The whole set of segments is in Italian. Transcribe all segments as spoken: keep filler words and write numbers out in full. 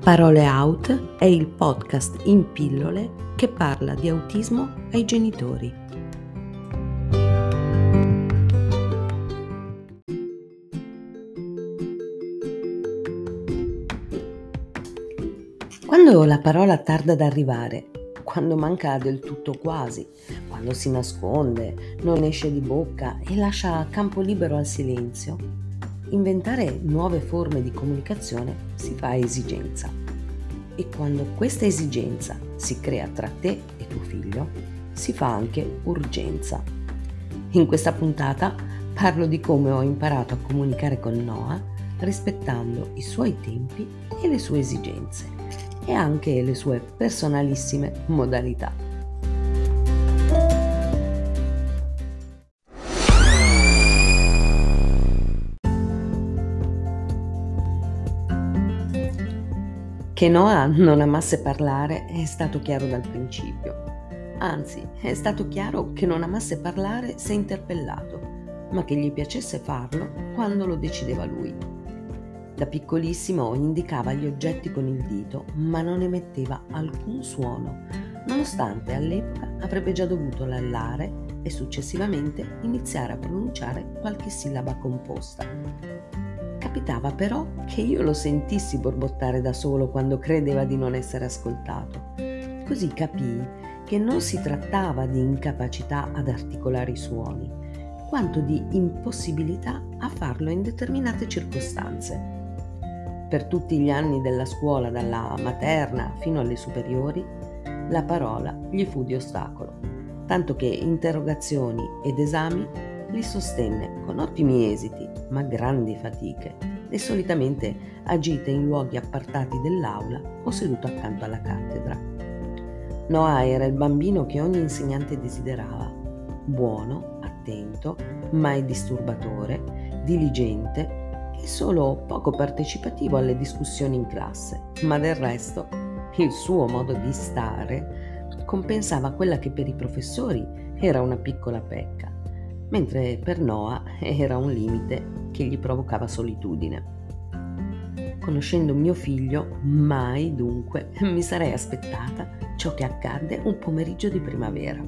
Parole Out è il podcast in pillole che parla di autismo ai genitori. Quando la parola tarda ad arrivare, quando manca del tutto quasi, quando si nasconde, non esce di bocca e lascia campo libero al silenzio, inventare nuove forme di comunicazione si fa esigenza. E quando questa esigenza si crea tra te e tuo figlio, si fa anche urgenza. In questa puntata parlo di come ho imparato a comunicare con Noah rispettando i suoi tempi e le sue esigenze e anche le sue personalissime modalità. Che Noah non amasse parlare è stato chiaro dal principio. Anzi, è stato chiaro che non amasse parlare se interpellato, ma che gli piacesse farlo quando lo decideva lui. Da piccolissimo indicava gli oggetti con il dito, ma non emetteva alcun suono, nonostante all'epoca avrebbe già dovuto lallare e successivamente iniziare a pronunciare qualche sillaba composta. Capitava però che io lo sentissi borbottare da solo quando credeva di non essere ascoltato. Così capii che non si trattava di incapacità ad articolare i suoni, quanto di impossibilità a farlo in determinate circostanze. Per tutti gli anni della scuola, dalla materna fino alle superiori, la parola gli fu di ostacolo, tanto che interrogazioni ed esami li sostenne con ottimi esiti, ma grandi fatiche, e solitamente agite in luoghi appartati dell'aula o seduto accanto alla cattedra. Noah era il bambino che ogni insegnante desiderava: buono, attento, mai disturbatore, diligente e solo poco partecipativo alle discussioni in classe, ma del resto il suo modo di stare compensava quella che per i professori era una piccola pecca, mentre per Noah era un limite che gli provocava solitudine. Conoscendo mio figlio, mai dunque mi sarei aspettata ciò che accadde un pomeriggio di primavera.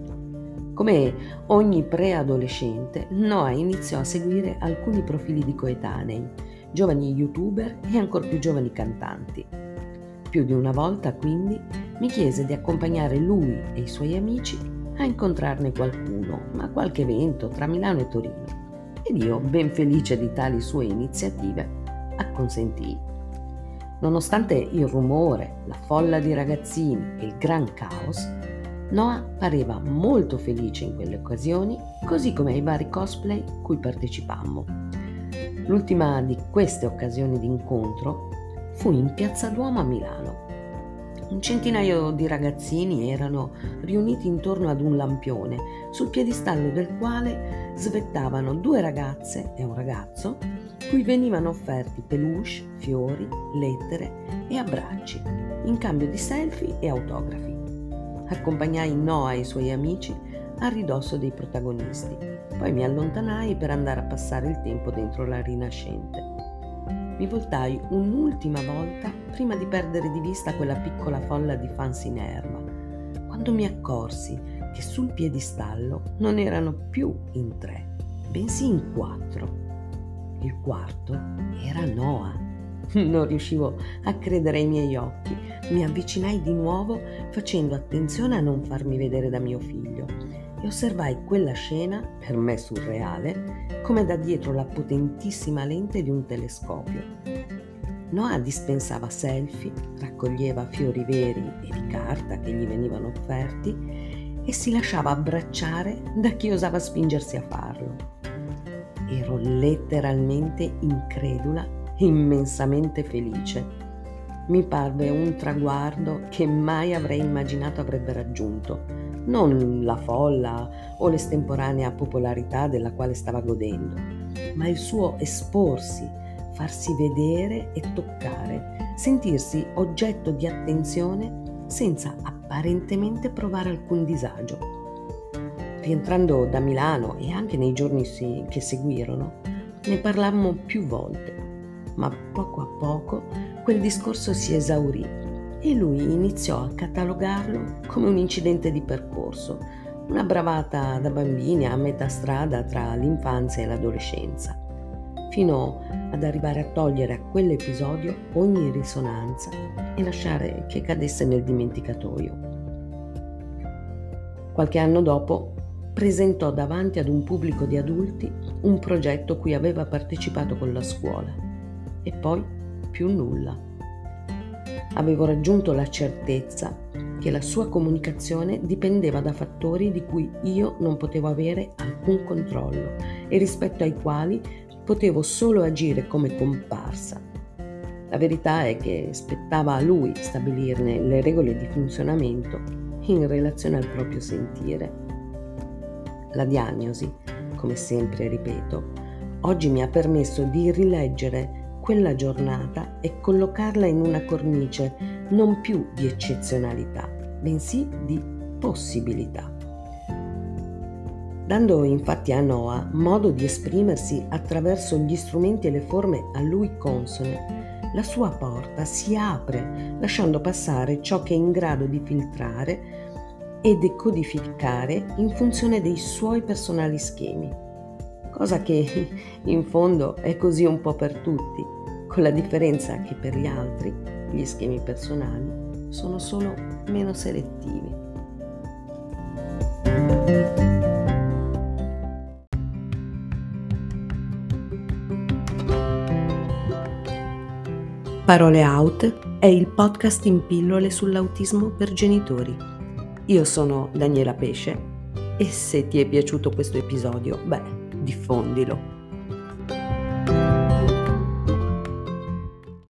Come ogni preadolescente, Noah iniziò a seguire alcuni profili di coetanei, giovani youtuber e ancor più giovani cantanti. Più di una volta, quindi, mi chiese di accompagnare lui e i suoi amici a incontrarne qualcuno, a qualche evento tra Milano e Torino, ed io, ben felice di tali sue iniziative, acconsentii. Nonostante il rumore, la folla di ragazzini e il gran caos, Noah pareva molto felice in quelle occasioni, così come ai vari cosplay cui partecipammo. L'ultima di queste occasioni di incontro fu in Piazza Duomo a Milano. Un centinaio di ragazzini erano riuniti intorno ad un lampione, sul piedistallo del quale svettavano due ragazze e un ragazzo, cui venivano offerti peluche, fiori, lettere e abbracci, in cambio di selfie e autografi. Accompagnai Noah e i suoi amici a ridosso dei protagonisti, poi mi allontanai per andare a passare il tempo dentro la rinascente. Mi voltai un'ultima volta prima di perdere di vista quella piccola folla di fans inerma, quando mi accorsi che sul piedistallo non erano più in tre, bensì in quattro. Il quarto era Noah. Non riuscivo a credere ai miei occhi. Mi avvicinai di nuovo facendo attenzione a non farmi vedere da mio figlio e osservai quella scena, per me surreale, come da dietro la potentissima lente di un telescopio. Noah dispensava selfie, raccoglieva fiori veri e di carta che gli venivano offerti e si lasciava abbracciare da chi osava spingersi a farlo. Ero letteralmente incredula e immensamente felice. Mi parve un traguardo che mai avrei immaginato avrebbe raggiunto, non la folla o l'estemporanea popolarità della quale stava godendo, ma il suo esporsi, farsi vedere e toccare, sentirsi oggetto di attenzione senza apparentemente provare alcun disagio. Rientrando da Milano e anche nei giorni che seguirono, ne parlammo più volte, ma poco a poco quel discorso si esaurì e lui iniziò a catalogarlo come un incidente di percorso, una bravata da bambini a metà strada tra l'infanzia e l'adolescenza, fino ad arrivare a togliere a quell'episodio ogni risonanza e lasciare che cadesse nel dimenticatoio. Qualche anno dopo presentò davanti ad un pubblico di adulti un progetto cui aveva partecipato con la scuola e poi più nulla. Avevo raggiunto la certezza che la sua comunicazione dipendeva da fattori di cui io non potevo avere alcun controllo e rispetto ai quali potevo solo agire come comparsa. La verità è che spettava a lui stabilirne le regole di funzionamento in relazione al proprio sentire. La diagnosi, come sempre ripeto, oggi mi ha permesso di rileggere quella giornata e collocarla in una cornice non più di eccezionalità, bensì di possibilità. Dando infatti a Noah modo di esprimersi attraverso gli strumenti e le forme a lui consone, la sua porta si apre lasciando passare ciò che è in grado di filtrare e decodificare in funzione dei suoi personali schemi, cosa che in fondo è così un po' per tutti, con la differenza che per gli altri gli schemi personali sono solo meno selettivi. Parole Out è il podcast in pillole sull'autismo per genitori. Io sono Daniela Pesce e se ti è piaciuto questo episodio, beh, diffondilo.